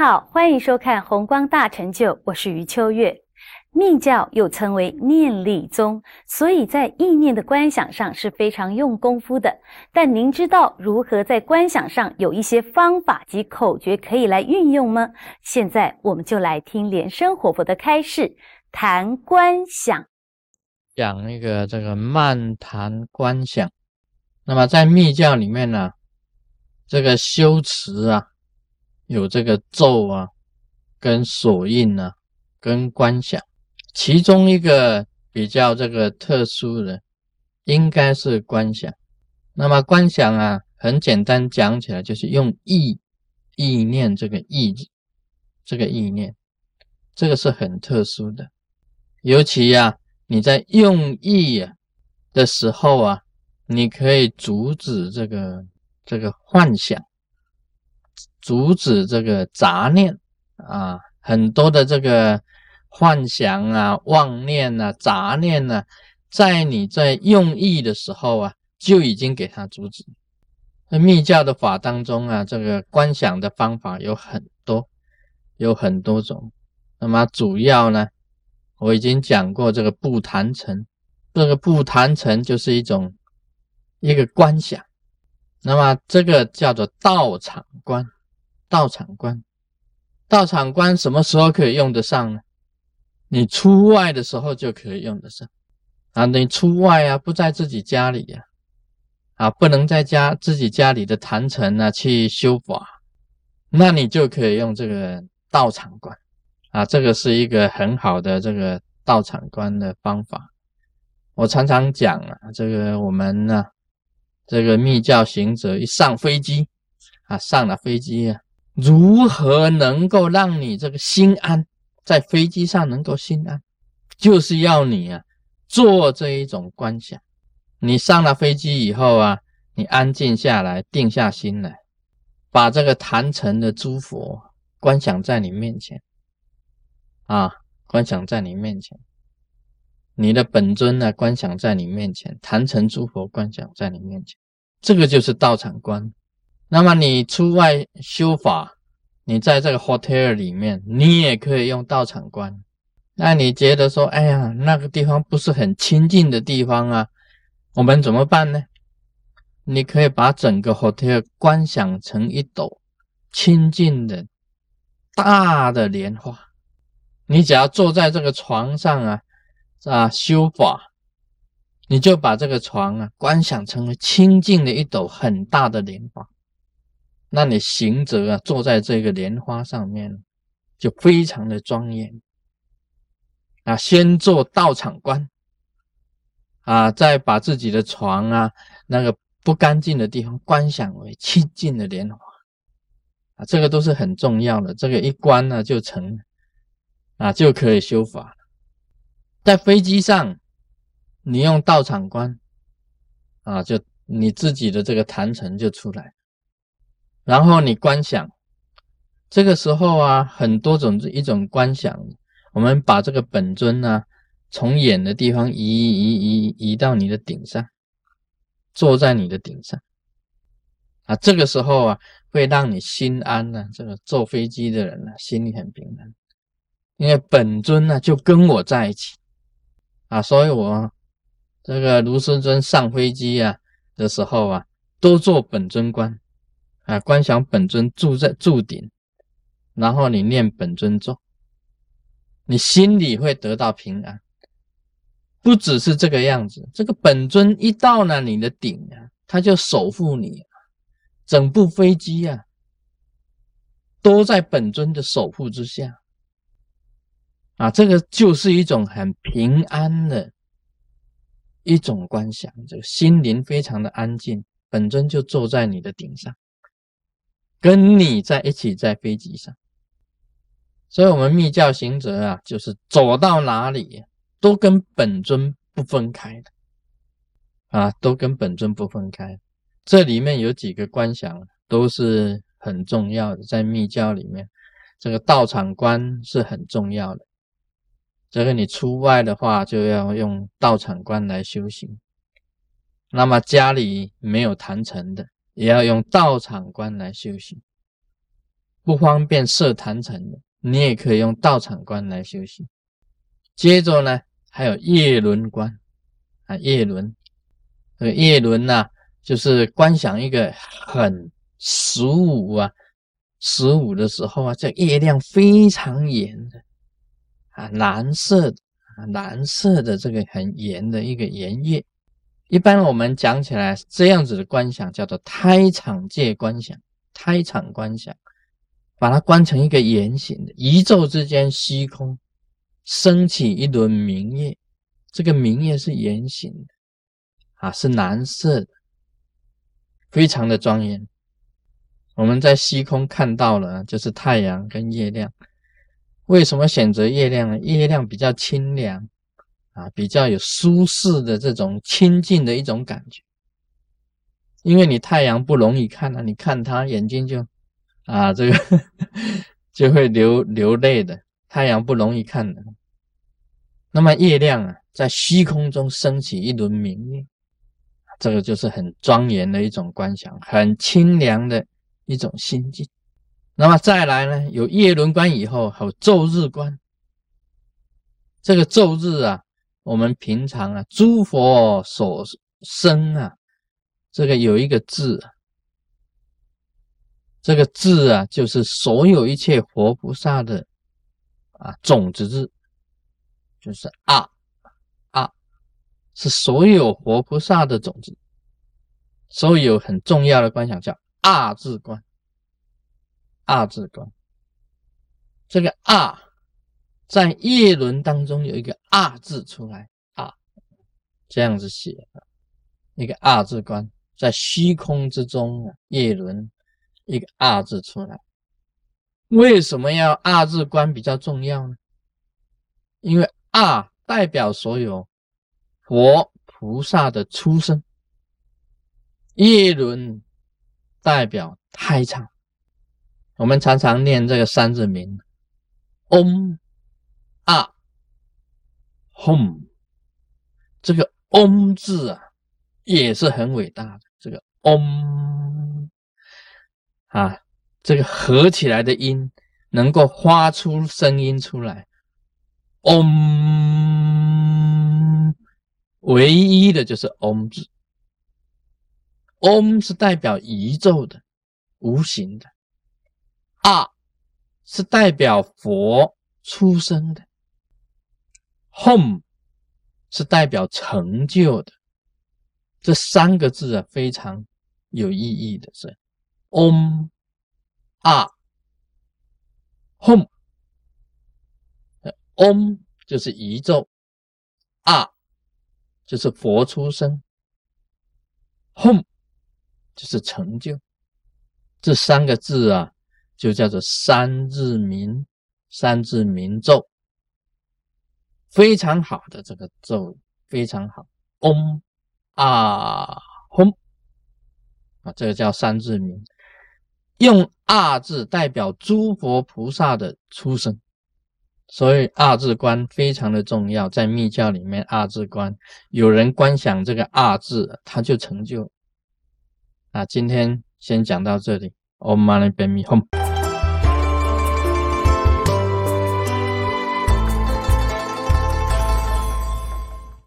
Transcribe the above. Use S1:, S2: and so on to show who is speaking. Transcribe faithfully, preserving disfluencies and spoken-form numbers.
S1: 好，欢迎收看《弘光大成就》，我是余秋月。密教又称为念力宗，所以在意念的观想上是非常用功夫的。但您知道如何在观想上有一些方法及口诀可以来运用吗？现在我们就来听莲生活佛的开示，谈观想。
S2: 讲一个这个漫谈观想。那么在密教里面呢、啊，这个修持啊，有这个咒啊，跟锁印啊，跟观想。其中一个比较这个特殊的，应该是观想。那么观想啊，很简单讲起来，就是用意意念这个意这个意念，这个是很特殊的。尤其啊，你在用意啊的时候啊，你可以阻止这个这个幻想，阻止这个杂念啊，很多的这个幻想啊、妄念啊、杂念啊，在你在用意的时候啊，就已经给它阻止。在密教的法当中啊，这个观想的方法有很多，有很多种。那么主要呢，我已经讲过这个不坛城，这个不坛城就是一种一个观想。那么这个叫做道场观，道场观，道场观什么时候可以用得上呢？你出外的时候就可以用得上啊！你出外啊，不在自己家里啊，啊，不能在家自己家里的坛城啊去修法，那你就可以用这个道场观啊，这个是一个很好的这个道场观的方法。我常常讲啊，这个我们呢、啊，这个密教行者一上飞机啊，上了飞机啊，如何能够让你这个心安，在飞机上能够心安，就是要你啊做这一种观想。你上了飞机以后啊，你安静下来，定下心来，把这个坛城的诸佛观想在你面前啊，观想在你面前，你的本尊呢、啊、观想在你面前，坛城诸佛观想在你面前，这个就是道场观。那么你出外修法，你在这个 hotel 里面，你也可以用道场观。那你觉得说，哎呀，那个地方不是很亲近的地方啊，我们怎么办呢？你可以把整个 hotel 观想成一朵亲近的大的莲花，你只要坐在这个床上啊啊修法，你就把这个床啊观想成为清净的一朵很大的莲花。那你行者啊坐在这个莲花上面，就非常的庄严啊。先做道场观啊，再把自己的床啊那个不干净的地方观想为清净的莲花啊，这个都是很重要的。这个一观呢就成啊，就可以修法。在飞机上，你用道场观啊，就你自己的这个坛城就出来，然后你观想。这个时候啊，很多种一种观想，我们把这个本尊啊，从眼的地方移移移移到你的顶上，坐在你的顶上啊，这个时候啊，会让你心安呢、啊。这个坐飞机的人呢、啊，心里很平安，因为本尊呢、啊、就跟我在一起啊，所以我这个卢师尊上飞机啊的时候啊，都做本尊观啊，观想本尊住在住顶。然后你念本尊咒，你心里会得到平安。不只是这个样子，这个本尊一到了你的顶啊，他就守护你，整部飞机啊都在本尊的守护之下啊，这个就是一种很平安的一种观想，这个心灵非常的安静，本尊就坐在你的顶上，跟你在一起在飞机上。所以我们密教行者啊，就是走到哪里都跟本尊不分开的啊，都跟本尊不分开。这里面有几个观想都是很重要的，在密教里面，这个道场观是很重要的。这个你出外的话，就要用道场观来修行。那么家里没有坛城的，也要用道场观来修行。 不方便设坛城的，你也可以用道场观来修行。接着呢，还有叶轮观啊，叶轮，这个叶轮啊，就是观想一个很十五啊，十五的时候啊，这月亮非常圆的啊，蓝色的啊，蓝色的这个很圆的一个圆月。一般我们讲起来这样子的观想叫做胎场界观想，胎场观想，把它观成一个圆形的，宇宙之间虚空升起一轮明月，这个明月是圆形的啊，是蓝色的，非常的庄严。我们在虚空看到了就是太阳跟月亮。为什么选择月亮呢？月亮比较清凉啊，比较有舒适的这种清净的一种感觉。因为你太阳不容易看啊，你看它眼睛就啊这个就会流流泪的，太阳不容易看的。那么月亮啊，在虚空中升起一轮明月，这个就是很庄严的一种观想，很清凉的一种心境。那么再来呢，有月轮观以后，还有昼日观。这个昼日啊，我们平常啊，诸佛所生啊，这个有一个字啊，这个字啊，就是所有一切佛菩萨的啊种子日，就是啊啊，是所有佛菩萨的种子，所以有很重要的观想叫啊字观，啊字观。这个啊在叶轮当中有一个啊字出来，啊这样子写，一个啊字观在虚空之中，叶轮一个啊字出来。为什么要啊字观比较重要呢？因为啊代表所有佛菩萨的出生，叶轮代表胎场。我们常常念这个三字名 Om Ah Hum， 这个 Om 字啊也是很伟大的，这个 Om 啊，这个合起来的音能够发出声音出来， Om 唯一的就是 Om 字。 Om 是代表宇宙的无形的，啊是代表佛出生的， Hum 是代表成就的。这三个字啊非常有意义的是 Om Ah Hum。 Om 就是宇宙， Ah 就是佛出生， Hum 就是成就。这三个字啊就叫做三字名，三字名咒，非常好的这个咒，非常好。Om Ah Hum 啊，这个叫三字名，用啊字代表诸佛菩萨的出生，所以啊字观非常的重要。在密教里面，啊字观有人观想这个啊字，他就成就啊。今天先讲到这里。Om Mani Padme Hum。